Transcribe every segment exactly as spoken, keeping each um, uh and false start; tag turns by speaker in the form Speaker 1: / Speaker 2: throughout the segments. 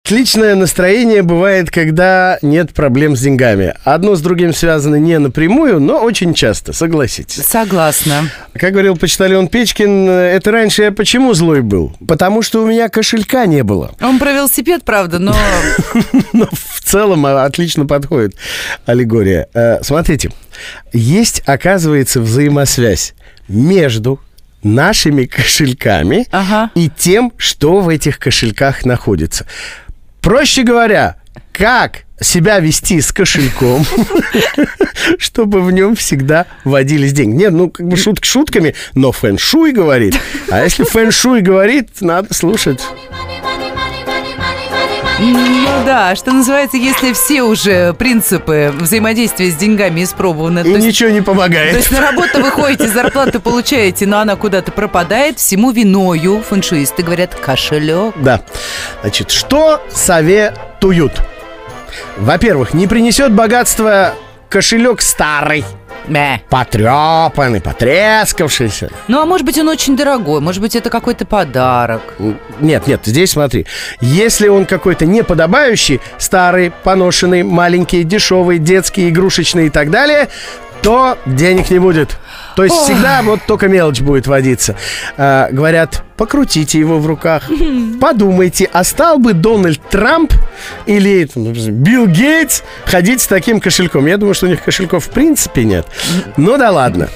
Speaker 1: Отличное настроение бывает, когда нет проблем с деньгами. Одно с другим связано не напрямую, но очень часто, согласитесь.
Speaker 2: Согласна.
Speaker 1: Как говорил почтальон Печкин, это раньше я почему злой был? Потому что у меня кошелька не было.
Speaker 2: Он про велосипед, правда, но...
Speaker 1: Но в целом отлично подходит аллегория. Смотрите, есть, оказывается, взаимосвязь между нашими кошельками
Speaker 2: ага.
Speaker 1: и тем, что в этих кошельках находится. Проще говоря, как себя вести с кошельком, чтобы в нем всегда водились деньги. Нет, ну, как бы шутки шутками, но фэн-шуй говорит. А если фэн-шуй говорит, надо слушать.
Speaker 2: Ну да, что называется, если все уже принципы взаимодействия с деньгами испробованы.
Speaker 1: И ничего не помогает.
Speaker 2: То есть на работу вы ходите, зарплату получаете, но она куда-то пропадает. Всему виною фэншуисты говорят кошелек.
Speaker 1: Да. Значит, что советуют? Во-первых, не принесет богатства кошелек старый.
Speaker 2: Мэ.
Speaker 1: Потрепанный, потрескавшийся.
Speaker 2: Ну, а может быть, он очень дорогой. Может быть, это какой-то подарок.
Speaker 1: Нет, нет, здесь смотри. Если он какой-то неподобающий, старый, поношенный, маленький, дешевый, детский, игрушечный и так далее, то денег не будет. То есть Ох. всегда вот только мелочь будет водиться. а, Говорят, покрутите его в руках. Подумайте, а стал бы Дональд Трамп или Билл Гейтс ходить с таким кошельком? Я думаю, что у них кошельков в принципе нет. Ну да ладно.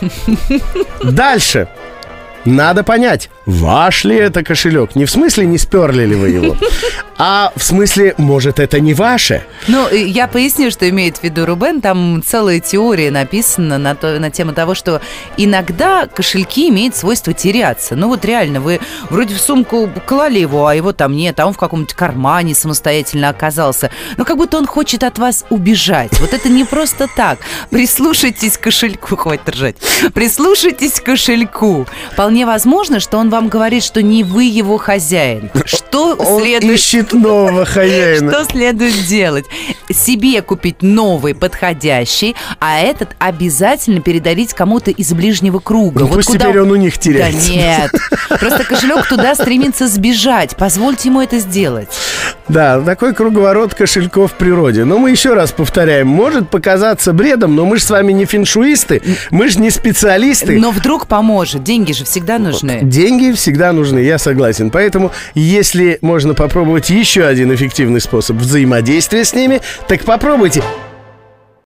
Speaker 1: Дальше. Надо понять, ваш ли это кошелек. Не в смысле, не сперли ли вы его, а в смысле, может, это не ваше.
Speaker 2: Ну, я поясню, что имеет в виду Рубен. Там целая теория написана на, то, на тему того, что иногда кошельки имеют свойство теряться. Ну вот реально, вы вроде в сумку клали его, а его там нет, а он в каком-нибудь кармане самостоятельно оказался. Ну, как будто он хочет от вас убежать. Вот это не просто так. Прислушайтесь к кошельку. Хватит ржать. Прислушайтесь к кошельку. Вполне возможно, что он вам говорит, что не вы его хозяин. Что
Speaker 1: он
Speaker 2: следует...
Speaker 1: ищет нового хозяина.
Speaker 2: Что следует делать? Себе купить новый, подходящий, а этот обязательно передарить кому-то из ближнего круга.
Speaker 1: Ну,
Speaker 2: вот
Speaker 1: пусть
Speaker 2: куда...
Speaker 1: теперь он у них теряется.
Speaker 2: Да нет. Просто кошелек туда стремится сбежать. Позвольте ему это сделать.
Speaker 1: Да, такой круговорот кошельков в природе. Но мы еще раз повторяем, может показаться бредом, но мы же с вами не фэншуисты, мы же не специалисты.
Speaker 2: Но вдруг поможет. Деньги же всегда нужны.
Speaker 1: Деньги всегда нужны, я согласен. Поэтому, если можно попробовать еще один эффективный способ взаимодействия с ними, так попробуйте.